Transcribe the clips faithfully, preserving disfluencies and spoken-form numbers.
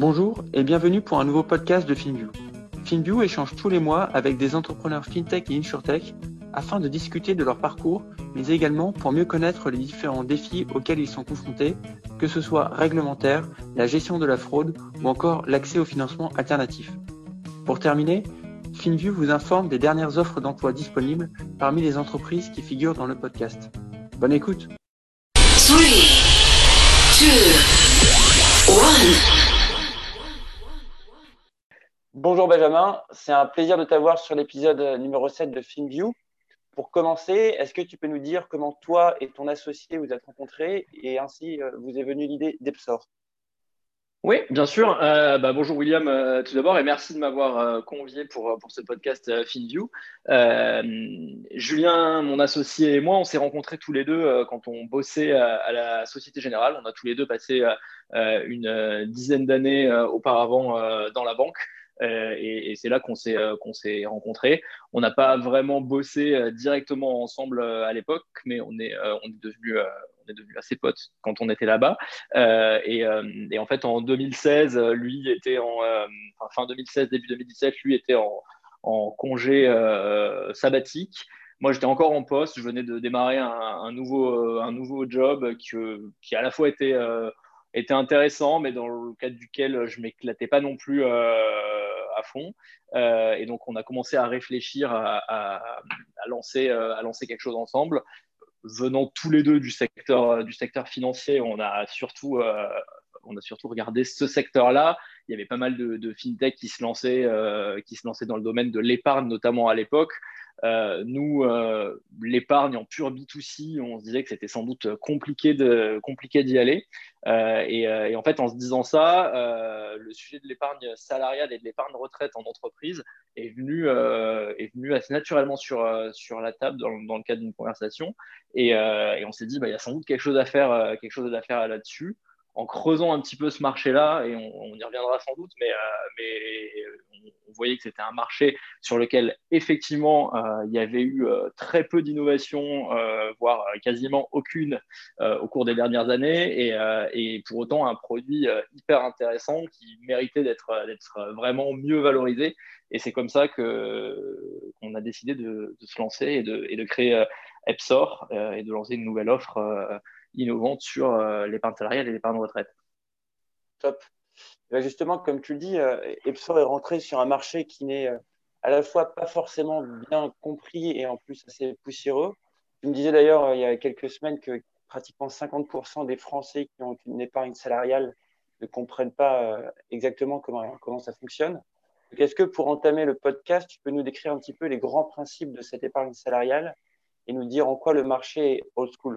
Bonjour et bienvenue pour un nouveau podcast de FinView. FinView échange tous les mois avec des entrepreneurs FinTech et InsurTech afin de discuter de leur parcours, mais également pour mieux connaître les différents défis auxquels ils sont confrontés, que ce soit réglementaire, la gestion de la fraude ou encore l'accès au financement alternatif. Pour terminer, FinView vous informe des dernières offres d'emploi disponibles parmi les entreprises qui figurent dans le podcast. Bonne écoute. three, two, one. Bonjour Benjamin, c'est un plaisir de t'avoir sur l'épisode numéro sept de FinView. Pour commencer, est-ce que tu peux nous dire comment toi et ton associé vous êtes rencontrés et ainsi euh, vous est venue l'idée d'Epsor? Oui, bien sûr. Euh, bah, bonjour William, euh, tout d'abord, et merci de m'avoir euh, convié pour, pour ce podcast euh, FinView. Euh, Julien, mon associé et moi, on s'est rencontrés tous les deux euh, quand on bossait à, à la Société Générale. On a tous les deux passé euh, une euh, dizaine d'années euh, auparavant euh, dans la banque. Euh, et, et c'est là qu'on s'est euh, qu'on s'est rencontrés. On n'a pas vraiment bossé euh, directement ensemble euh, à l'époque, mais on est euh, on est devenu euh, on est devenu assez potes quand on était là-bas. Euh, et, euh, et en fait, en deux mille seize, lui était en euh, enfin, fin deux mille seize, début deux mille dix-sept, lui était en, en congé euh, sabbatique. Moi, j'étais encore en poste. Je venais de démarrer un, un nouveau un nouveau job qui, qui à la fois était euh, était intéressant, mais dans le cadre duquel je m'éclatais pas non plus euh, à fond. Euh, et donc, on a commencé à réfléchir à, à, à lancer à lancer quelque chose ensemble. Venant tous les deux du secteur du secteur financier, on a surtout euh, on a surtout regardé ce secteur-là. Il y avait pas mal de, de fintech qui se lançaient euh, qui se lançaient dans le domaine de l'épargne, notamment à l'époque. Euh, nous, euh, l'épargne en pur B deux C, on se disait que c'était sans doute compliqué de compliqué d'y aller. Euh, et, euh, et en fait, en se disant ça, euh, le sujet de l'épargne salariale et de l'épargne retraite en entreprise est venu euh, est venu assez naturellement sur euh, sur la table dans, dans le cadre d'une conversation. Et, euh, et on s'est dit, bah, il y a sans doute quelque chose à faire, euh, quelque chose à faire là-dessus. En creusant un petit peu ce marché-là, et on, on y reviendra sans doute, mais, euh, mais on, on voyait que c'était un marché sur lequel effectivement euh, il y avait eu euh, très peu d'innovation, euh, voire quasiment aucune euh, au cours des dernières années, et, euh, et pour autant un produit euh, hyper intéressant qui méritait d'être, d'être vraiment mieux valorisé. Et c'est comme ça que, qu'on a décidé de, de se lancer et de, et de créer euh, Epsor euh, et de lancer une nouvelle offre euh, innovante sur euh, l'épargne salariale et l'épargne retraite. Top. Et justement, comme tu le dis, euh, Epsor est rentré sur un marché qui n'est euh, à la fois pas forcément bien compris et en plus assez poussiéreux. Tu me disais d'ailleurs euh, il y a quelques semaines que pratiquement cinquante pour cent des Français qui ont une épargne salariale ne comprennent pas euh, exactement comment, comment ça fonctionne. Donc, est-ce que pour entamer le podcast, tu peux nous décrire un petit peu les grands principes de cette épargne salariale et nous dire en quoi le marché est old school?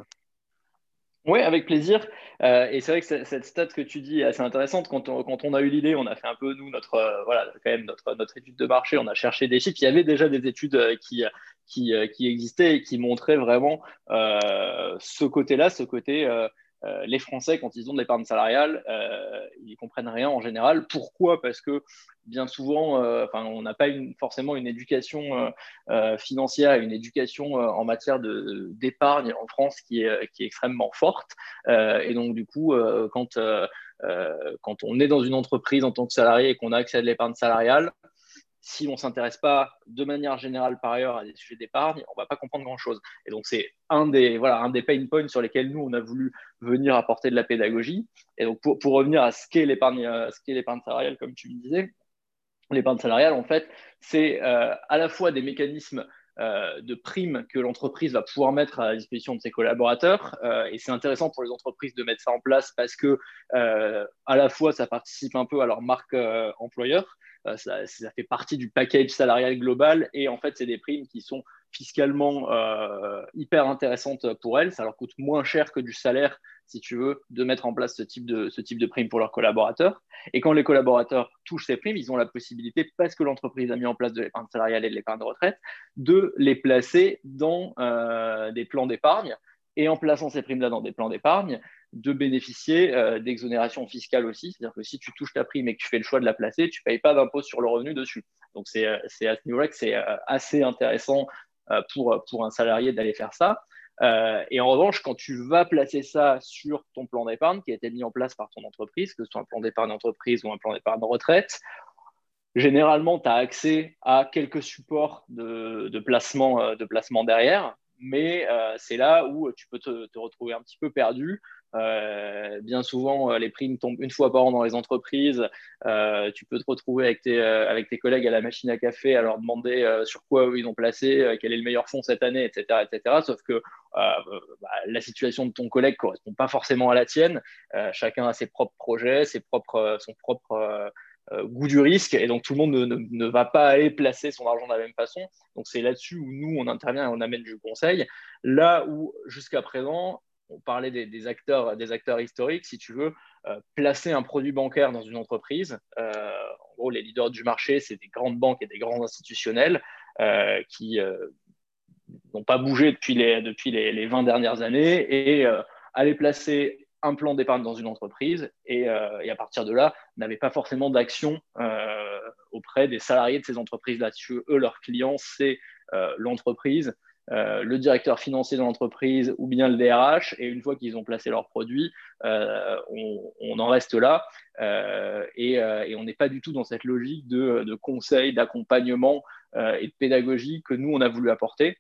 Oui, avec plaisir. Euh, et c'est vrai que cette stat que tu dis est assez intéressante. Quand on, quand on a eu l'idée, on a fait un peu, nous, notre, euh, voilà, quand même notre, notre étude de marché. On a cherché des chiffres. Il y avait déjà des études euh, qui, qui, euh, qui existaient et qui montraient vraiment euh, ce côté-là, ce côté, euh, euh, les Français, quand ils ont de l'épargne salariale, euh, ils ne comprennent rien en général. Pourquoi? Parce que bien souvent, euh, enfin, on n'a pas une, forcément une éducation euh, euh, financière, une éducation euh, en matière de, d'épargne en France qui est, qui est extrêmement forte. Euh, et donc, du coup, euh, quand, euh, euh, quand on est dans une entreprise en tant que salarié et qu'on a accès à de l'épargne salariale, si on ne s'intéresse pas de manière générale par ailleurs à des sujets d'épargne, on ne va pas comprendre grand-chose. Et donc, c'est un des, voilà, un des pain points sur lesquels nous, on a voulu venir apporter de la pédagogie. Et donc, pour, pour revenir à ce qu'est l'épargne, ce qu'est l'épargne salariale, comme tu me disais, l'épargne salariale, en fait, c'est euh, à la fois des mécanismes euh, de primes que l'entreprise va pouvoir mettre à la disposition de ses collaborateurs. Euh, et c'est intéressant pour les entreprises de mettre ça en place parce que euh, à la fois, ça participe un peu à leur marque euh, employeur. Euh, ça, ça fait partie du package salarial global. Et en fait, c'est des primes qui sont fiscalement euh, hyper intéressantes pour elles. Ça leur coûte moins cher que du salaire, si tu veux, de mettre en place ce type de, ce type de prime pour leurs collaborateurs. Et quand les collaborateurs touchent ces primes, ils ont la possibilité, parce que l'entreprise a mis en place de l'épargne salariale et de l'épargne de retraite, de les placer dans euh, des plans d'épargne. Et en plaçant ces primes-là dans des plans d'épargne, de bénéficier euh, d'exonération fiscale aussi. C'est-à-dire que si tu touches ta prime et que tu fais le choix de la placer, tu ne payes pas d'impôt sur le revenu dessus. Donc, c'est, c'est à ce niveau-là que c'est assez intéressant euh, pour, pour un salarié d'aller faire ça. Euh, et en revanche, quand tu vas placer ça sur ton plan d'épargne qui a été mis en place par ton entreprise, que ce soit un plan d'épargne entreprise ou un plan d'épargne retraite, généralement, tu as accès à quelques supports de, de, placement, euh, de placement derrière, mais euh, c'est là où tu peux te, te retrouver un petit peu perdu. Euh, bien souvent, euh, les primes tombent une fois par an dans les entreprises. Euh, tu peux te retrouver avec tes, euh, avec tes collègues à la machine à café à leur demander euh, sur quoi eux, ils ont placé, euh, quel est le meilleur fonds cette année, et cetera, et cetera. Sauf que euh, bah, la situation de ton collègue ne correspond pas forcément à la tienne. Euh, chacun a ses propres projets, ses propres, son propre euh, euh, goût du risque, et donc tout le monde ne, ne, ne va pas aller placer son argent de la même façon. Donc c'est là-dessus où nous, on intervient et on amène du conseil. Là où, jusqu'à présent, on parlait des, des, acteurs, des acteurs historiques, si tu veux, euh, placer un produit bancaire dans une entreprise. Euh, en gros, les leaders du marché, c'est des grandes banques et des grands institutionnels euh, qui euh, n'ont pas bougé depuis les, depuis les, les vingt dernières années, et euh, aller placer un plan d'épargne dans une entreprise et, euh, et à partir de là, n'avaient pas forcément d'action euh, auprès des salariés de ces entreprises-là. Eux, leurs clients, c'est euh, l'entreprise, euh, le directeur financier de l'entreprise ou bien le D R H, et une fois qu'ils ont placé leurs produits, euh, on, on en reste là euh, et, euh, et on n'est pas du tout dans cette logique de, de conseil, d'accompagnement euh, et de pédagogie que nous, on a voulu apporter.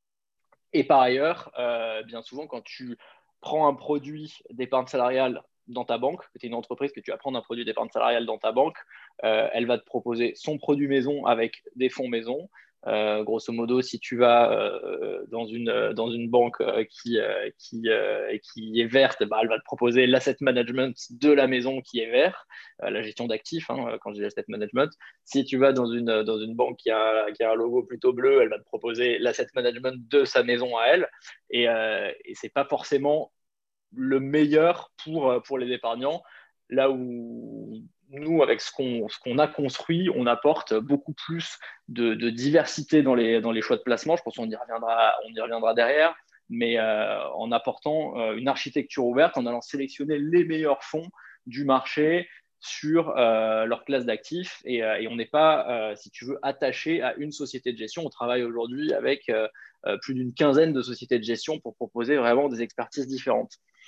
Et par ailleurs, euh, bien souvent, quand tu prends un produit d'épargne salariale dans ta banque, que tu es une entreprise, que tu vas prendre un produit d'épargne salariale dans ta banque, euh, elle va te proposer son produit maison avec des fonds maison. Euh, grosso modo, si tu vas euh, dans, une, dans une banque euh, qui, euh, qui, euh, qui est verte, bah, elle va te proposer l'asset management de la maison qui est vert, euh, la gestion d'actifs, hein, quand je dis asset management. Si tu vas dans une, dans une banque qui a, qui a un logo plutôt bleu, elle va te proposer l'asset management de sa maison à elle. Et, euh, et ce n'est pas forcément le meilleur pour, pour les épargnants. Là où nous, avec ce qu'on, ce qu'on a construit, on apporte beaucoup plus de, de diversité dans les, dans les choix de placement. Je pense qu'on y reviendra, on y reviendra derrière, mais euh, en apportant euh, une architecture ouverte, en allant sélectionner les meilleurs fonds du marché sur euh, leur classe d'actifs, et, euh, et on n'est pas, euh, si tu veux, attaché à une société de gestion. On travaille aujourd'hui avec euh, euh, plus d'une quinzaine de sociétés de gestion pour proposer vraiment des expertises différentes.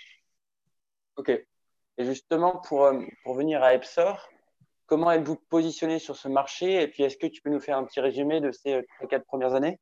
Ok. Et justement, pour, euh, pour venir à Epsor, comment êtes-vous positionné sur ce marché? Et puis, est-ce que tu peux nous faire un petit résumé de ces euh, quatre premières années?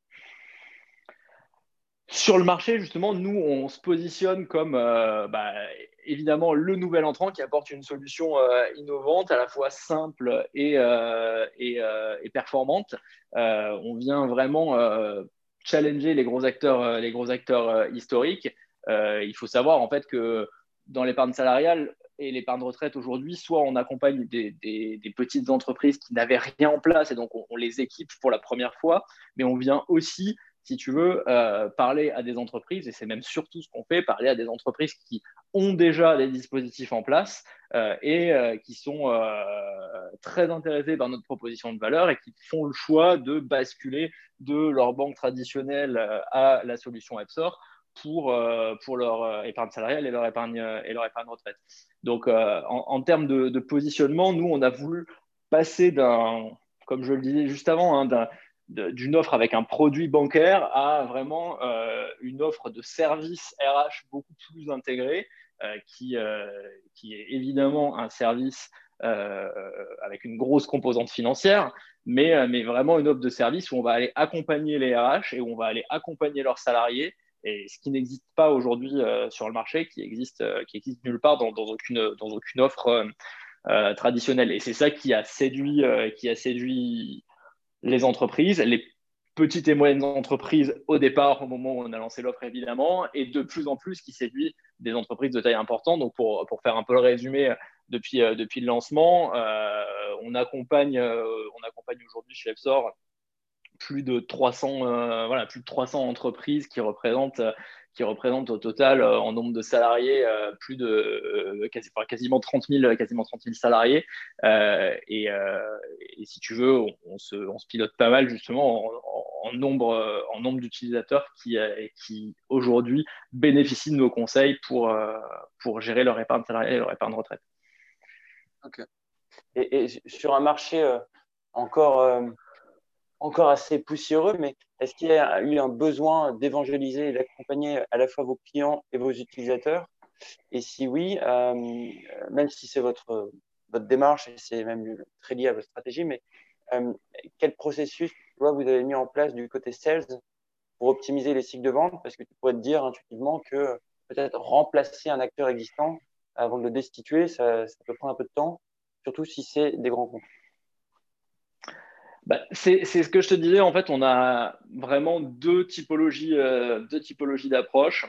Sur le marché, justement, nous, on se positionne comme euh, bah, évidemment le nouvel entrant qui apporte une solution euh, innovante, à la fois simple et, euh, et, euh, et performante. Euh, on vient vraiment euh, challenger les gros acteurs, euh, les gros acteurs euh, historiques. Euh, il faut savoir en fait que dans l'épargne salariale et l'épargne retraite aujourd'hui, soit on accompagne des, des, des, petites entreprises qui n'avaient rien en place et donc on, on les équipe pour la première fois, mais on vient aussi, si tu veux, euh, parler à des entreprises, et c'est même surtout ce qu'on fait, parler à des entreprises qui ont déjà des dispositifs en place euh, et euh, qui sont euh, très intéressées par notre proposition de valeur et qui font le choix de basculer de leur banque traditionnelle euh, à la solution Epsor pour, euh, pour leur euh, épargne salariale et leur épargne, et leur épargne retraite. Donc, euh, en, en termes de, de positionnement, nous, on a voulu passer d'un, comme je le disais juste avant, hein, d'un d'une offre avec un produit bancaire à vraiment euh, une offre de service R H beaucoup plus intégrée, euh, qui, euh, qui est évidemment un service euh, avec une grosse composante financière, mais, mais vraiment une offre de service où on va aller accompagner les R H et où on va aller accompagner leurs salariés, et ce qui n'existe pas aujourd'hui euh, sur le marché, qui existe, euh, qui existe nulle part dans, dans, aucune, dans aucune offre euh, euh, traditionnelle. Et c'est ça qui a séduit, euh, qui a séduit les entreprises, les petites et moyennes entreprises au départ, au moment où on a lancé l'offre évidemment, et de plus en plus qui séduit des entreprises de taille importante. Donc pour, pour faire un peu le résumé, depuis, euh, depuis le lancement, euh, on accompagne, euh, on accompagne aujourd'hui chez Epsor plus de trois cents, euh, voilà, plus de trois cents entreprises qui représentent, qui représentent au total euh, en nombre de salariés euh, plus de euh, quasi, enfin, quasiment trente mille, quasiment trente mille salariés. Euh, et, euh, et si tu veux, on, on, se, on se pilote pas mal justement en, en, en nombre, en nombre d'utilisateurs qui, euh, qui aujourd'hui bénéficient de nos conseils pour, euh, pour gérer leur épargne salariale et leur épargne retraite. Ok. Et, et sur un marché euh, encore euh, encore assez poussiéreux, mais est-ce qu'il y a eu un besoin d'évangéliser et d'accompagner à la fois vos clients et vos utilisateurs? Et si oui, euh, même si c'est votre, votre démarche et c'est même très lié à votre stratégie, mais euh, quel processus tu vois, vous avez mis en place du côté sales pour optimiser les cycles de vente? Parce que tu pourrais te dire intuitivement que peut-être remplacer un acteur existant avant de le destituer, ça, ça peut prendre un peu de temps, surtout si c'est des grands comptes. Bah, c'est, c'est ce que je te disais. En fait, on a vraiment deux typologies, euh, deux typologies d'approche.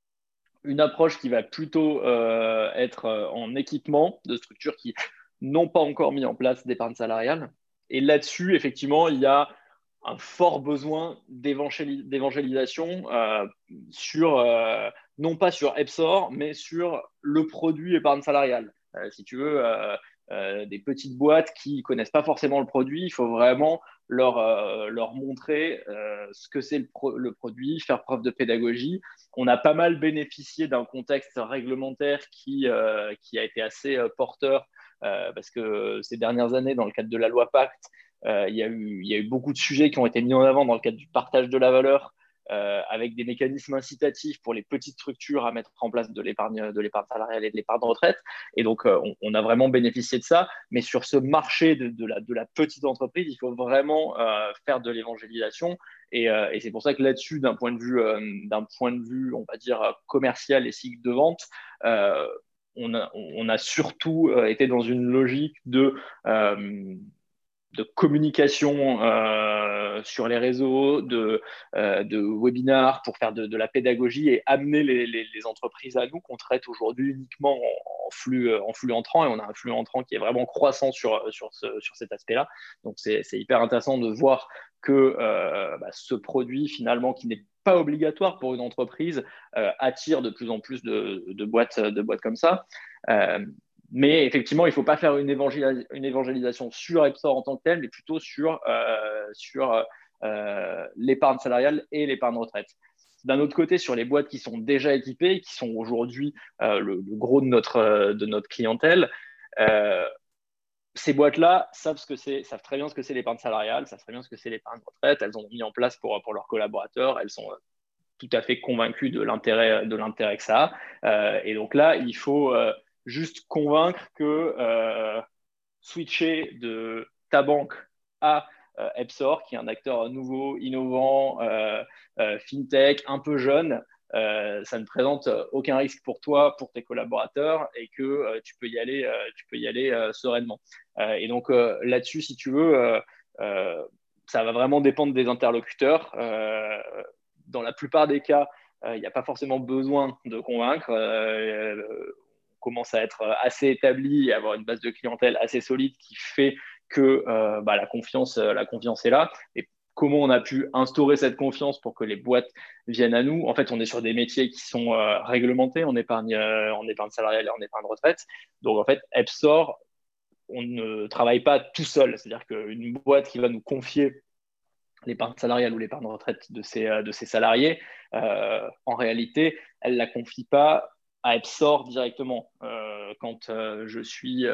Une approche qui va plutôt euh, être euh, en équipement de structures qui n'ont pas encore mis en place d'épargne salariale. Et là-dessus, effectivement, il y a un fort besoin d'évangélis- d'évangélisation euh, sur, euh, non pas sur Epsor, mais sur le produit épargne salariale. Euh, si tu veux, euh, euh, des petites boîtes qui ne connaissent pas forcément le produit, il faut vraiment leur, euh, leur montrer euh, ce que c'est le, pro- le produit, faire preuve de pédagogie. On a pas mal bénéficié d'un contexte réglementaire qui, euh, qui a été assez euh, porteur euh, parce que ces dernières années, dans le cadre de la loi Pacte, euh, il, y a eu, il y a eu beaucoup de sujets qui ont été mis en avant dans le cadre du partage de la valeur euh, avec des mécanismes incitatifs pour les petites structures à mettre en place de l'épargne, de l'épargne salariale et de l'épargne de retraite. Et donc, euh, on, on, a vraiment bénéficié de ça. Mais sur ce marché de, de, la, de la petite entreprise, il faut vraiment euh, faire de l'évangélisation. Et, euh, et c'est pour ça que là-dessus, d'un point de vue, euh, d'un point de vue, on va dire, commercial et cycle de vente, euh, on, a, on a surtout euh, été dans une logique de, euh, de communication euh, sur les réseaux, de, euh, de webinars pour faire de, de la pédagogie et amener les, les, les entreprises à nous qu'on traite aujourd'hui uniquement en, en, flux, en flux entrant. Et on a un flux entrant qui est vraiment croissant sur, sur, ce, sur cet aspect-là. Donc, c'est, c'est hyper intéressant de voir que euh, bah, ce produit, finalement, qui n'est pas obligatoire pour une entreprise, euh, attire de plus en plus de, de, boîtes, de boîtes comme ça. Euh, mais effectivement, il ne faut pas faire une, évangélis- une évangélisation sur Epsor en tant que tel, mais plutôt sur, euh, sur euh, l'épargne salariale et l'épargne retraite. D'un autre côté, sur les boîtes qui sont déjà équipées, qui sont aujourd'hui euh, le, le, gros de notre, euh, de notre clientèle, euh, ces boîtes-là savent, ce que c'est, savent très bien ce que c'est l'épargne salariale, savent très bien ce que c'est l'épargne retraite. Elles ont mis en place pour, pour leurs collaborateurs. Elles sont tout à fait convaincues de l'intérêt, de l'intérêt que ça a. Euh, et donc là, il faut euh, juste convaincre que euh, switcher de ta banque à euh, Epsor, qui est un acteur nouveau, innovant, euh, euh, fintech, un peu jeune, euh, ça ne présente aucun risque pour toi, pour tes collaborateurs, et que euh, tu peux y aller, euh, tu peux y aller euh, sereinement. Euh, et donc euh, là-dessus, si tu veux, euh, euh, ça va vraiment dépendre des interlocuteurs. Euh, dans la plupart des cas, il n'y a pas forcément besoin de convaincre. Euh, commence à être assez établi et avoir une base de clientèle assez solide qui fait que euh, bah, la, confiance, la confiance est là. Et comment on a pu instaurer cette confiance pour que les boîtes viennent à nous? En fait, on est sur des métiers qui sont euh, réglementés en épargne, euh, en épargne salariale et en épargne retraite. Donc, en fait, Epsor, on ne travaille pas tout seul. C'est-à-dire qu'une boîte qui va nous confier l'épargne salariale ou l'épargne retraite de ses, de ses salariés, euh, en réalité, elle ne la confie pas à Epsor directement. Euh, quand, euh, je suis,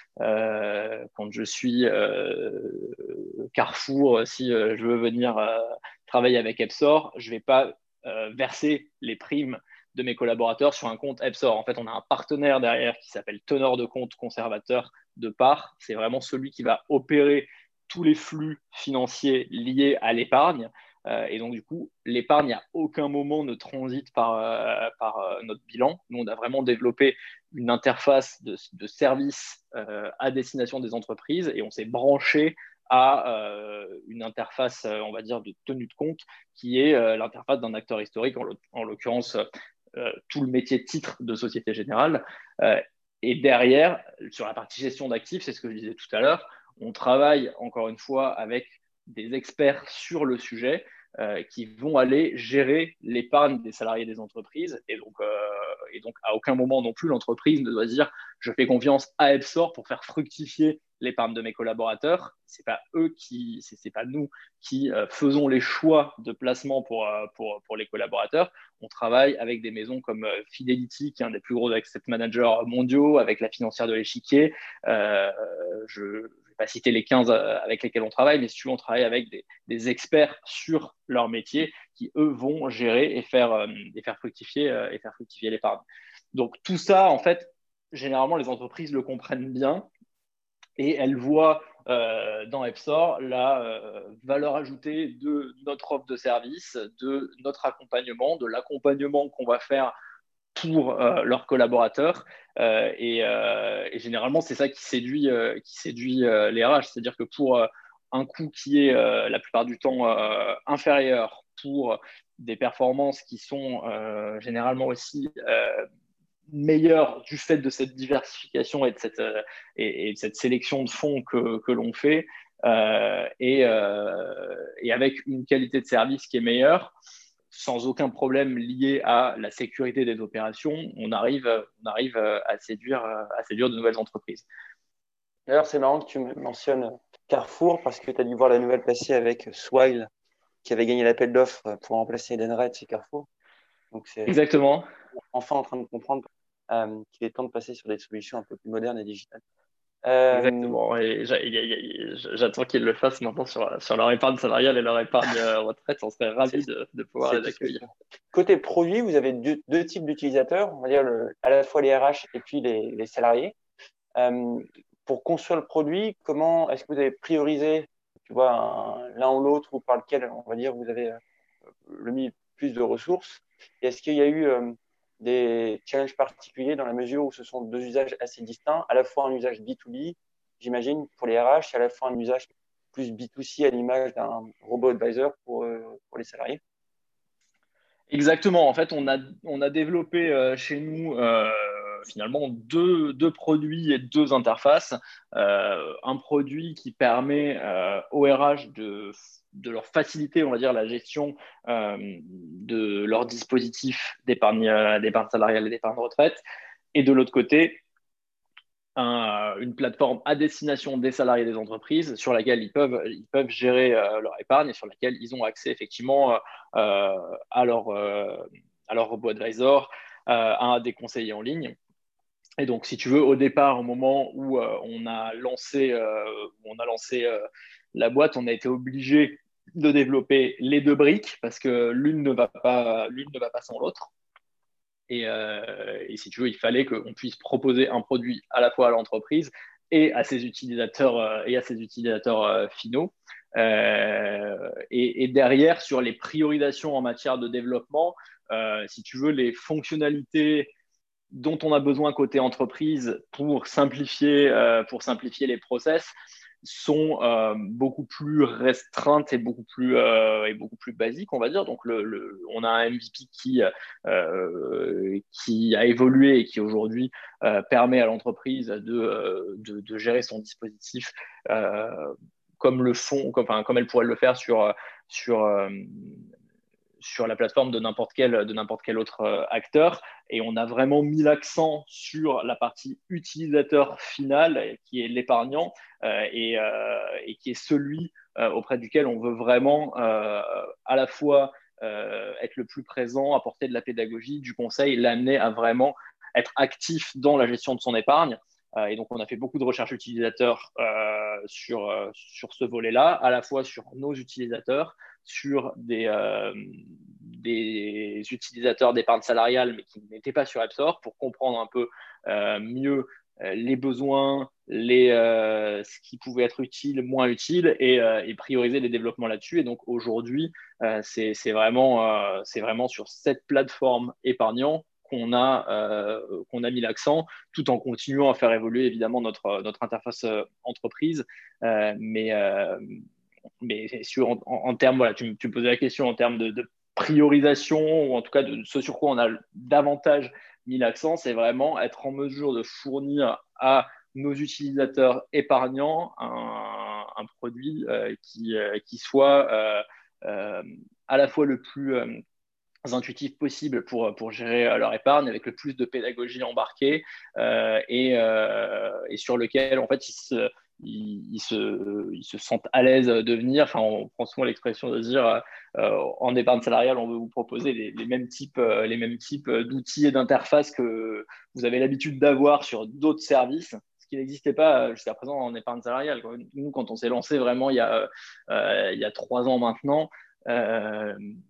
euh, quand je suis euh, Carrefour, si euh, je veux venir euh, travailler avec Epsor, je ne vais pas euh, verser les primes de mes collaborateurs sur un compte Epsor. En fait, on a un partenaire derrière qui s'appelle teneur de compte conservateur de part. C'est vraiment celui qui va opérer tous les flux financiers liés à l'épargne. Euh, et donc, du coup, l'épargne, à aucun moment ne transite par, euh, par euh, notre bilan. Nous, on a vraiment développé une interface de, de service euh, à destination des entreprises et on s'est branché à euh, une interface, euh, on va dire, de tenue de compte qui est euh, l'interface d'un acteur historique, en, en l'occurrence, euh, tout le métier de titre de Société Générale. Euh, et derrière, sur la partie gestion d'actifs, c'est ce que je disais tout à l'heure, on travaille encore une fois avec des experts sur le sujet euh, qui vont aller gérer l'épargne des salariés des entreprises. Et donc, euh, et donc, à aucun moment non plus, l'entreprise ne doit dire je fais confiance à Epsor pour faire fructifier l'épargne de mes collaborateurs. C'est pas eux qui, c'est, c'est pas nous qui euh, faisons les choix de placement pour, euh, pour, pour les collaborateurs. On travaille avec des maisons comme euh, Fidelity, qui est un des plus gros asset managers mondiaux, avec la financière de l'échiquier. Euh, je vais pas citer les quinze avec lesquels on travaille, mais si tu veux, on travaille avec des, des experts sur leur métier qui, eux, vont gérer et faire, euh, et faire fructifier, euh, et faire fructifier l'épargne. Donc, tout ça, en fait, généralement, les entreprises le comprennent bien et elles voient euh, dans Epsor la euh, valeur ajoutée de notre offre de service, de notre accompagnement, de l'accompagnement qu'on va faire pour euh, leurs collaborateurs. Euh, et, euh, et généralement, c'est ça qui séduit, euh, qui séduit euh, les R H. C'est-à-dire que pour euh, un coût qui est euh, la plupart du temps euh, inférieur, pour des performances qui sont euh, généralement aussi euh, meilleures du fait de cette diversification et de cette, euh, et, et de cette sélection de fonds que, que l'on fait, euh, et, euh, et avec une qualité de service qui est meilleure, sans aucun problème lié à la sécurité des opérations, on arrive, on arrive à, séduire, à séduire de nouvelles entreprises. D'ailleurs, c'est marrant que tu mentionnes Carrefour parce que tu as dû voir la nouvelle passer avec Swile qui avait gagné l'appel d'offres pour remplacer Edenred chez Carrefour. Donc, c'est Exactement. Enfin en train de comprendre euh, qu'il est temps de passer sur des solutions un peu plus modernes et digitales. Euh, Exactement. Et j'attends qu'ils le fassent maintenant sur, sur leur épargne salariale et leur épargne retraite. On serait ravis de, de pouvoir les accueillir. Côté produit, vous avez deux, deux types d'utilisateurs, on va dire le, à la fois les R H et puis les, les salariés. Euh, pour construire le produit, comment est-ce que vous avez priorisé, tu vois, l'un ou l'autre, ou par lequel, on va dire, vous avez euh, le mis plus de ressources? Et est-ce qu'il y a eu euh, des challenges particuliers dans la mesure où ce sont deux usages assez distincts, à la fois un usage B deux B, j'imagine, pour les R H, et à la fois un usage plus B deux C à l'image d'un robot advisor pour, euh, pour les salariés? Exactement. En fait, on a, on a développé euh, chez nous euh, finalement deux, deux produits et deux interfaces. Euh, un produit qui permet euh, aux R H de, de leur faciliter, on va dire, la gestion euh, de leur dispositif d'épargne, euh, d'épargne salariale et d'épargne retraite. Et de l'autre côté, un, une plateforme à destination des salariés des entreprises sur laquelle ils peuvent, ils peuvent gérer euh, leur épargne et sur laquelle ils ont accès effectivement euh, à, leur, euh, à leur robot advisor, euh, à des conseillers en ligne. Et donc, si tu veux, au départ, au moment où euh, on a lancé, euh, on a lancé euh, la boîte, on a été obligé de développer les deux briques parce que l'une ne va pas, l'une ne va pas sans l'autre. Et, euh, et, si tu veux, il fallait qu'on puisse proposer un produit à la fois à l'entreprise et à ses utilisateurs, euh, et à ses utilisateurs euh, finaux. Euh, et, et derrière, sur les priorisations en matière de développement, euh, si tu veux, les fonctionnalités dont on a besoin côté entreprise pour simplifier, euh, pour simplifier les process sont euh, beaucoup plus restreintes et beaucoup plus, euh, et beaucoup plus basiques, on va dire. Donc, le, le, on a un M V P qui, euh, qui a évolué et qui aujourd'hui euh, permet à l'entreprise de, de, de gérer son dispositif euh, comme le font, comme, enfin, comme elle pourrait le faire sur, sur, euh, sur la plateforme de n'importe quel, de n'importe quel autre euh, acteur. Et on a vraiment mis l'accent sur la partie utilisateur final, qui est l'épargnant, euh, et, euh, et qui est celui euh, auprès duquel on veut vraiment euh, à la fois euh, être le plus présent, apporter de la pédagogie, du conseil, l'amener à vraiment être actif dans la gestion de son épargne. Euh, et donc, on a fait beaucoup de recherches utilisateurs euh, sur, euh, sur ce volet-là, à la fois sur nos utilisateurs, sur des, euh, des utilisateurs d'épargne salariale, mais qui n'étaient pas sur Epsor, pour comprendre un peu euh, mieux euh, les besoins, les, euh, ce qui pouvait être utile, moins utile, et, euh, et prioriser les développements là-dessus. Et donc aujourd'hui, euh, c'est, c'est vraiment, euh, c'est vraiment sur cette plateforme épargnant qu'on a, euh, qu'on a mis l'accent, tout en continuant à faire évoluer évidemment notre, notre interface euh, entreprise. Euh, mais, euh, mais sur, en, en termes, voilà, tu, tu me posais la question en termes de, de priorisation, ou en tout cas de ce sur quoi on a davantage mis l'accent, c'est vraiment être en mesure de fournir à nos utilisateurs épargnants un, un produit euh, qui, euh, qui soit euh, euh, à la fois le plus euh, intuitif possible pour, pour gérer leur épargne, avec le plus de pédagogie embarquée, euh, et, euh, et sur lequel en fait ils se, ils, ils se, ils se sentent à l'aise de venir. Enfin, on prend souvent l'expression de dire euh, en épargne salariale, on veut vous proposer les, les mêmes types, euh, les mêmes types d'outils et d'interfaces que vous avez l'habitude d'avoir sur d'autres services, ce qui n'existait pas jusqu'à présent en épargne salariale, quoi. Nous, quand on s'est lancé vraiment il y a, euh, il y a trois ans maintenant, euh,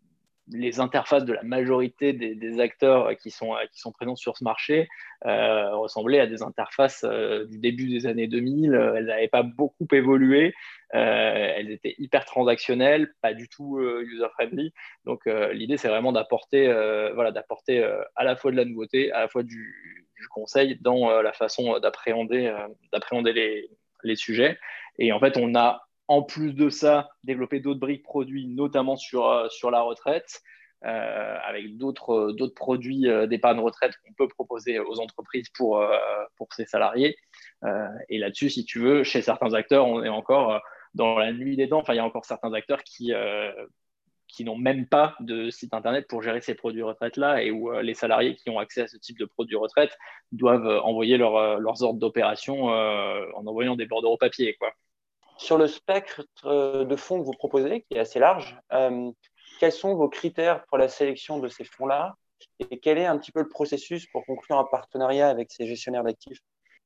les interfaces de la majorité des, des acteurs qui sont, qui sont présents sur ce marché euh, ressemblaient à des interfaces euh, du début des années deux mille. Elles n'avaient pas beaucoup évolué. Euh, elles étaient hyper transactionnelles, pas du tout euh, user-friendly. Donc, euh, l'idée, c'est vraiment d'apporter euh, voilà, d'apporter euh, à la fois de la nouveauté, à la fois du, du conseil dans euh, la façon d'appréhender, euh, d'appréhender les, les sujets. Et en fait, on a en plus de ça, développer d'autres briques produits, notamment sur, euh, sur la retraite, euh, avec d'autres, d'autres produits euh, d'épargne retraite qu'on peut proposer aux entreprises pour, euh, pour ses salariés. Euh, et là-dessus, si tu veux, chez certains acteurs, on est encore euh, dans la nuit des temps. Enfin, il y a encore certains acteurs qui, euh, qui n'ont même pas de site internet pour gérer ces produits retraite-là et où euh, les salariés qui ont accès à ce type de produits retraite doivent euh, envoyer leur, euh, leurs ordres d'opération euh, en envoyant des bordereaux papier, quoi. Sur le spectre euh, de fonds que vous proposez, qui est assez large, euh, quels sont vos critères pour la sélection de ces fonds-là et quel est un petit peu le processus pour conclure un partenariat avec ces gestionnaires d'actifs?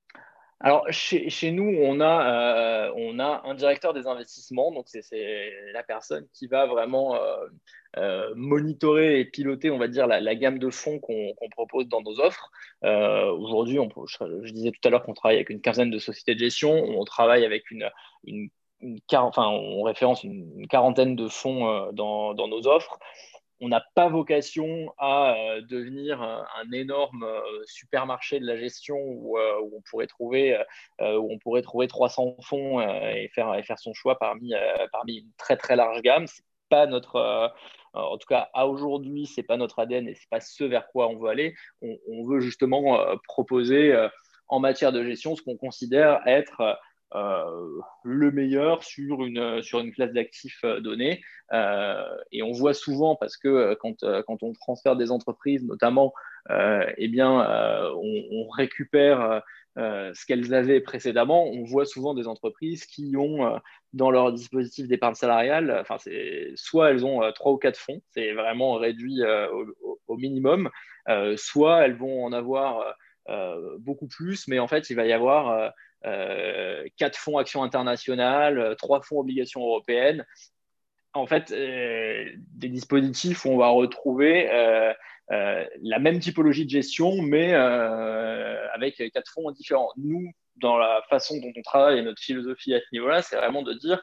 Alors, chez, chez nous, on a, euh, on a un directeur des investissements. Donc, c'est, c'est la personne qui va vraiment euh, euh, monitorer et piloter, on va dire, la, la gamme de fonds qu'on qu'on propose dans nos offres. Euh, aujourd'hui, on, je, je disais tout à l'heure qu'on travaille avec une quinzaine de sociétés de gestion. On travaille avec une, une, une quar- enfin, on référence une, une quarantaine de fonds euh, dans, dans nos offres. On n'a pas vocation à euh, devenir un, un énorme euh, supermarché de la gestion où, euh, où on pourrait trouver, euh, où on pourrait trouver trois cents fonds euh, et, faire, et faire son choix parmi, euh, parmi une très très large gamme. C'est pas notre, euh, en tout cas à aujourd'hui, c'est pas notre A D N et c'est pas ce vers quoi on veut aller. On, on veut justement euh, proposer euh, en matière de gestion ce qu'on considère être euh, le meilleur sur une, sur une classe d'actifs euh, donnée. Euh, et on voit souvent, parce que euh, quand, euh, quand on transfère des entreprises, notamment, euh, eh bien, euh, on, on récupère euh, ce qu'elles avaient précédemment. On voit souvent des entreprises qui ont euh, dans leur dispositif d'épargne salariale, enfin, c'est, soit elles ont euh, trois ou quatre fonds, c'est vraiment réduit euh, au, au, minimum, euh, soit elles vont en avoir euh, beaucoup plus, mais en fait, il va y avoir euh, euh, quatre fonds actions internationales, trois fonds obligations européennes. En fait, euh, des dispositifs où on va retrouver euh, euh, la même typologie de gestion, mais euh, avec quatre fonds différents. Nous, dans la façon dont on travaille et notre philosophie à ce niveau-là, c'est vraiment de dire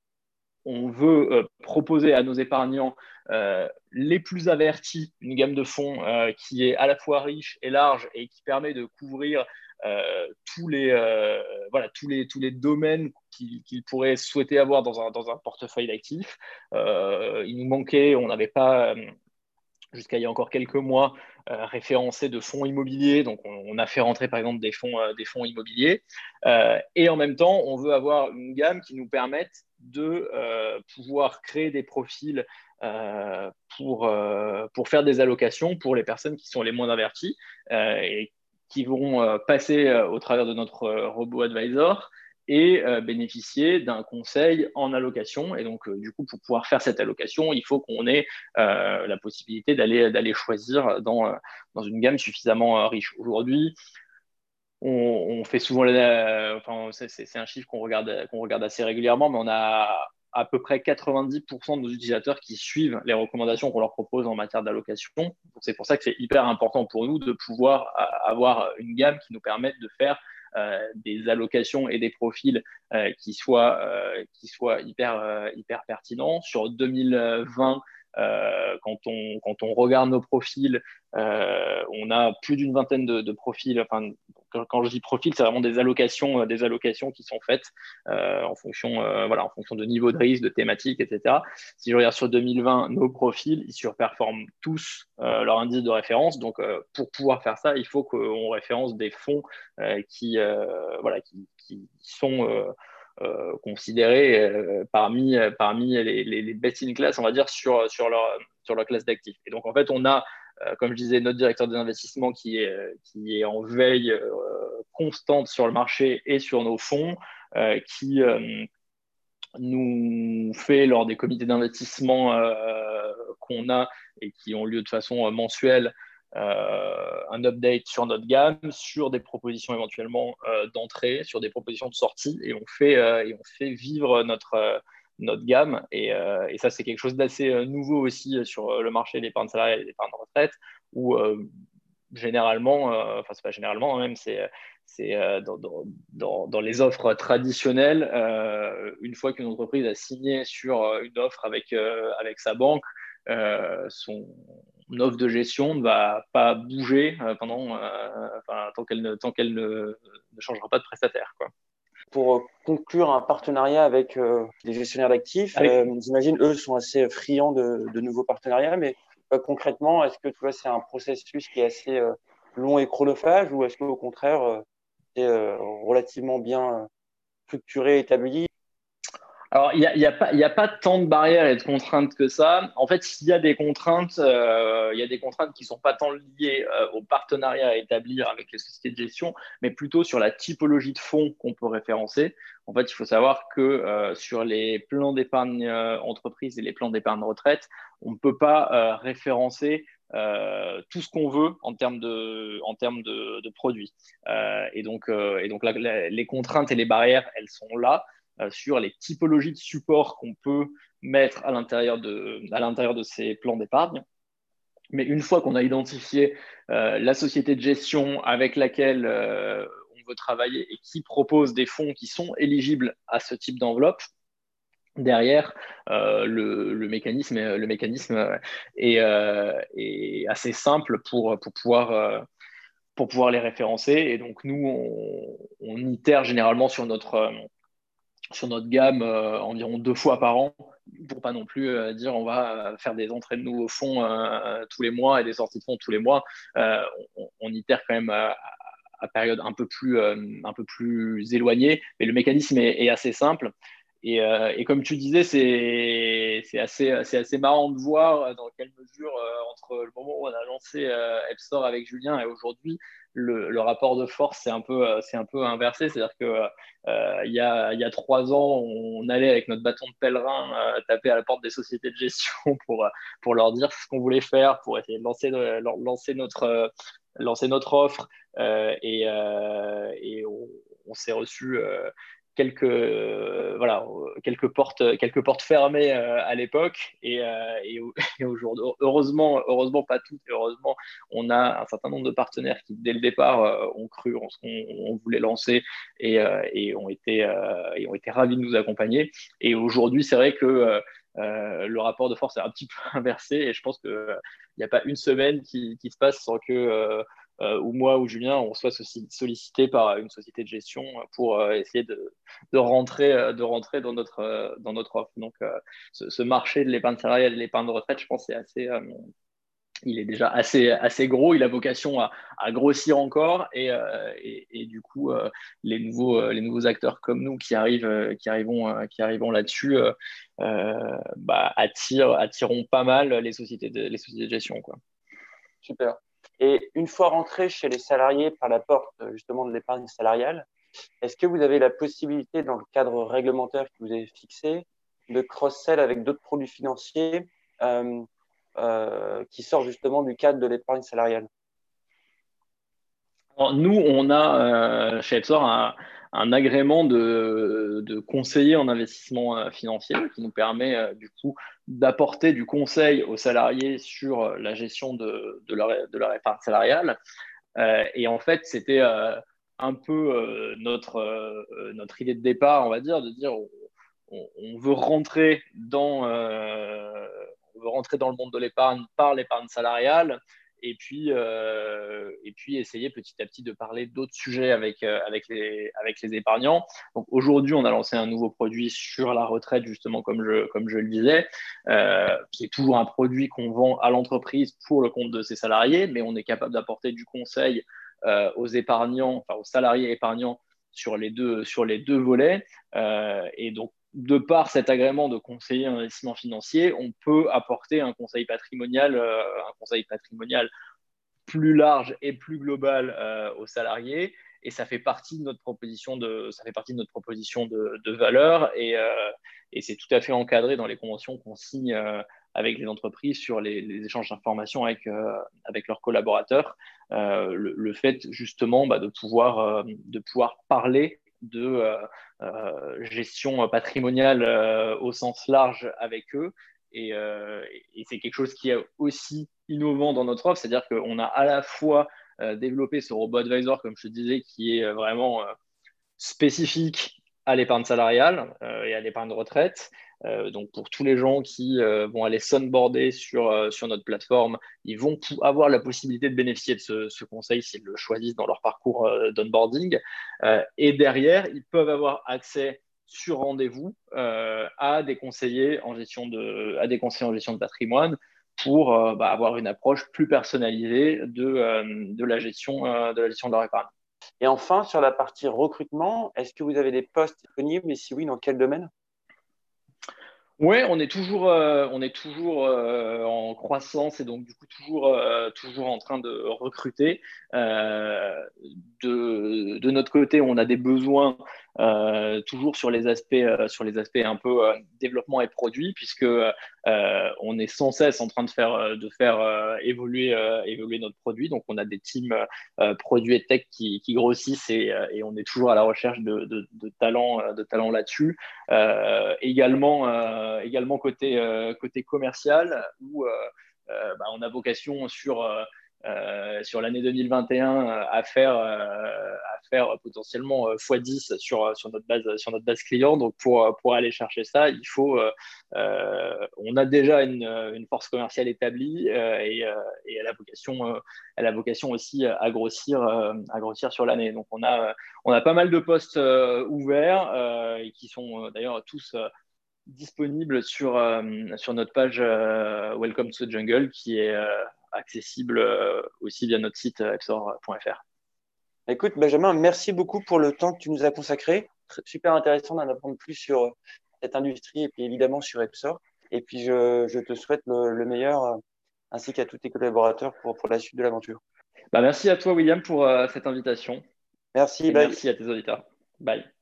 on veut euh, proposer à nos épargnants euh, les plus avertis une gamme de fonds euh, qui est à la fois riche et large et qui permet de couvrir euh, tous, les, euh, voilà, tous, les, tous les domaines qu'ils, qu'ils pourraient souhaiter avoir dans un, dans un portefeuille d'actifs. Euh, il nous manquait, on n'avait pas, jusqu'à il y a encore quelques mois, euh, référencé de fonds immobiliers. Donc, on, on, a fait rentrer, par exemple, des fonds, euh, des fonds immobiliers. Euh, et en même temps, on veut avoir une gamme qui nous permette de euh, pouvoir créer des profils euh, pour, euh, pour faire des allocations pour les personnes qui sont les moins averties euh, et qui vont euh, passer euh, au travers de notre euh, robot advisor et euh, bénéficier d'un conseil en allocation. Et donc, euh, du coup, pour pouvoir faire cette allocation, il faut qu'on ait euh, la possibilité d'aller, d'aller choisir dans, euh, dans une gamme suffisamment euh, riche. Aujourd'hui, on, on fait souvent, la, enfin, c'est, c'est un chiffre qu'on regarde, qu'on regarde assez régulièrement, mais on a à peu près quatre-vingt-dix pour cent de nos utilisateurs qui suivent les recommandations qu'on leur propose en matière d'allocation. Donc, c'est pour ça que c'est hyper important pour nous de pouvoir avoir une gamme qui nous permette de faire euh, des allocations et des profils euh, qui, soient, euh, qui soient hyper, euh, hyper pertinents. Sur deux mille vingt, euh, quand, on, quand on regarde nos profils, euh, on a plus d'une vingtaine de, de profils. Enfin, quand, quand je dis profil, c'est vraiment des allocations, des allocations qui sont faites euh, en fonction, euh, voilà, en fonction de niveau de risque, de thématique, et cetera. Si je regarde sur deux mille vingt, nos profils, ils surperforment tous euh, leur indice de référence. Donc, euh, pour pouvoir faire ça, il faut qu'on référence des fonds euh, qui, euh, voilà, qui, qui sont euh, euh, considérés euh, parmi, euh, parmi les, les, les best in class, on va dire, sur, sur, leur, sur leur classe d'actifs. Et donc, en fait, on a, euh, comme je disais, notre directeur des investissements qui est, qui est en veille euh, constante sur le marché et sur nos fonds, euh, qui euh, nous fait lors des comités d'investissement euh, qu'on a et qui ont lieu de façon mensuelle euh, un update sur notre gamme, sur des propositions éventuellement euh, d'entrée, sur des propositions de sortie, et on fait, euh, et on fait vivre notre, euh, notre gamme. Et, euh, et ça, c'est quelque chose d'assez euh, nouveau aussi sur le marché de l'épargne salariale et de l'épargne retraite, où euh, généralement, euh, enfin, c'est pas généralement, hein, même, c'est c'est euh, dans, dans, dans, dans les offres traditionnelles, euh, une fois qu'une entreprise a signé sur euh, une offre avec, euh, avec sa banque, euh, son offre de gestion ne va pas bouger euh, pendant, euh, enfin, tant qu'elle ne, tant qu'elle ne, ne changera pas de prestataire, quoi. Pour conclure un partenariat avec euh, les gestionnaires d'actifs, Avec, euh, j'imagine eux sont assez friands de, de nouveaux partenariats, mais euh, concrètement, est-ce que tu vois, c'est un processus qui est assez euh, long et chronophage ou est-ce qu'au contraire, euh, c'est euh, relativement bien euh, structuré, établi? Alors, il n'y a, il y a pas, il y a pas tant de barrières et de contraintes que ça. En fait, s'il y a des contraintes, euh, il y a des contraintes qui ne sont pas tant liées euh, au partenariat à établir avec les sociétés de gestion, mais plutôt sur la typologie de fonds qu'on peut référencer. En fait, il faut savoir que euh, sur les plans d'épargne euh, entreprise et les plans d'épargne retraite, on ne peut pas euh, référencer euh, tout ce qu'on veut en termes de, en termes de, de produits. Euh, et donc, euh, et donc là, les contraintes et les barrières, elles sont là euh, sur les typologies de support qu'on peut mettre à l'intérieur de, à l'intérieur de ces plans d'épargne. Mais une fois qu'on a identifié euh, la société de gestion avec laquelle euh, on veut travailler et qui propose des fonds qui sont éligibles à ce type d'enveloppe, derrière, euh, le, le, mécanisme, le mécanisme est, euh, est assez simple pour, pour pouvoir euh, pour pouvoir les référencer. Et donc, nous, on, on itère généralement sur notre, sur notre gamme euh, environ deux fois par an, pour pas non plus euh, dire on va faire des entrées de nouveaux fonds euh, tous les mois et des sorties de fonds tous les mois. Euh, on, on itère quand même à, à période un peu plus, euh, un peu plus éloignée, mais le mécanisme est, est assez simple. Et, euh, et, comme tu disais, c'est, c'est, assez, c'est assez marrant de voir dans quelle mesure, euh, entre le moment où on a lancé euh, App Store avec Julien et aujourd'hui, le, le rapport de force c'est un peu, c'est un peu inversé. C'est-à-dire que euh, il, y a, il y a trois ans, on allait avec notre bâton de pèlerin euh, taper à la porte des sociétés de gestion pour, pour leur dire ce qu'on voulait faire, pour essayer de lancer, de, lancer, notre, lancer notre offre. Euh, et, euh, et on, on s'est reçu euh, quelques, euh, voilà, quelques, portes, quelques portes fermées euh, à l'époque. Et, euh, et, et aujourd'hui, heureusement, heureusement, pas toutes, heureusement, on a un certain nombre de partenaires qui, dès le départ, euh, ont cru en ce qu'on on voulait lancer et, euh, et, ont été, euh, et ont été ravis de nous accompagner. Et aujourd'hui, c'est vrai que euh, euh, le rapport de force est un petit peu inversé. Et je pense qu'il n'y euh, a pas une semaine qui, qui se passe sans que euh, euh, ou moi ou Julien, on soit sollicité par une société de gestion pour euh, essayer de, de, rentrer, de rentrer dans notre, euh, dans notre offre. Donc, euh, ce, ce marché de l'épargne salariale et de l'épargne de retraite, je pense, c'est assez, euh, il est déjà assez, assez gros. Il a vocation à, à grossir encore. Et, euh, et, et du coup, euh, les, nouveaux, euh, les nouveaux acteurs comme nous qui, arrivent, euh, qui, arrivons, euh, qui arrivons là-dessus euh, euh, bah, attirent, attireront pas mal les sociétés de, les sociétés de gestion, quoi. Super. Et une fois rentré chez les salariés par la porte justement de l'épargne salariale, est-ce que vous avez la possibilité, dans le cadre réglementaire que vous avez fixé, de cross-sell avec d'autres produits financiers euh, euh, qui sortent justement du cadre de l'épargne salariale? Alors, nous, on a euh, chez Epsor un, un agrément de, de conseiller en investissement euh, financier qui nous permet euh, du coup d'apporter du conseil aux salariés sur euh, la gestion de, de, leur, de leur épargne salariale. Euh, et en fait, c'était euh, un peu euh, notre, euh, notre idée de départ, on va dire, de dire on, on veut rentrer dans, euh, on veut rentrer dans le monde de l'épargne par l'épargne salariale. Et puis, euh, et puis essayer petit à petit de parler d'autres sujets avec, euh, avec, les, avec les épargnants. Donc aujourd'hui, on a lancé un nouveau produit sur la retraite, justement, comme je, comme je le disais, euh, qui est toujours un produit qu'on vend à l'entreprise pour le compte de ses salariés, mais on est capable d'apporter du conseil euh, aux épargnants, enfin aux salariés épargnants sur les deux, sur les deux volets. Euh, et donc, de par cet agrément de conseiller en investissement financier, on peut apporter un conseil patrimonial, euh, un conseil patrimonial plus large et plus global euh, aux salariés. Et ça fait partie de notre proposition de, ça fait partie de notre proposition de, de valeur. Et, euh, et c'est tout à fait encadré dans les conventions qu'on signe euh, avec les entreprises sur les, les échanges d'informations avec, euh, avec leurs collaborateurs. Euh, le, le fait justement bah, de, pouvoir, euh, de pouvoir parler de euh, euh, gestion patrimoniale euh, au sens large avec eux. Et, euh, et c'est quelque chose qui est aussi innovant dans notre offre, c'est-à-dire qu'on a à la fois euh, développé ce robot advisor, comme je te disais, qui est vraiment euh, spécifique à l'épargne salariale euh, et à l'épargne de retraite. Euh, donc pour tous les gens qui euh, vont aller sunboarder sur, euh, sur notre plateforme, ils vont avoir la possibilité de bénéficier de ce, ce conseil s'ils le choisissent dans leur parcours euh, d'onboarding. Euh, et derrière, ils peuvent avoir accès sur rendez-vous euh, à des conseillers en gestion de, à des conseillers en gestion de patrimoine pour euh, bah, avoir une approche plus personnalisée de, euh, de, la gestion, euh, de la gestion de leur épargne. Et enfin, sur la partie recrutement, est-ce que vous avez des postes disponibles et si oui, dans quel domaine? Ouais, on est toujours, euh, on est toujours euh, en croissance et donc du coup toujours, euh, toujours en train de recruter. Euh, de, de notre côté, on a des besoins euh, toujours sur les aspects, euh, sur les aspects un peu euh, développement et produit, puisque euh, on est sans cesse en train de faire, de faire euh, évoluer, euh, évoluer notre produit. Donc on a des teams euh, produits et tech qui, qui grossissent et, et on est toujours à la recherche de, de, de talents, de talents là-dessus. Euh, également, euh, également côté, euh, côté commercial, où euh, euh, bah, on a vocation sur, euh, euh, sur l'année deux mille vingt et un à faire, euh, à faire potentiellement euh, fois dix sur, sur, notre base, sur notre base client. Donc, pour, pour aller chercher ça, il faut, euh, euh, on a déjà une, une force commerciale établie euh, et, euh, et elle a vocation, euh, elle a vocation aussi à grossir, euh, à grossir sur l'année. Donc, on a, on a pas mal de postes euh, ouverts euh, et qui sont euh, d'ailleurs tous euh, disponibles sur, euh, sur notre page euh, Welcome to the Jungle qui est euh, accessible euh, aussi via notre site epsor point f r. Écoute, Benjamin, merci beaucoup pour le temps que tu nous as consacré. Super intéressant d'en apprendre plus sur cette industrie et puis évidemment sur Epsor. Et puis, je, je te souhaite le, le meilleur ainsi qu'à tous tes collaborateurs pour, pour la suite de l'aventure. Bah, merci à toi, William, pour euh, cette invitation Merci, et bye. merci à tes auditeurs. Bye.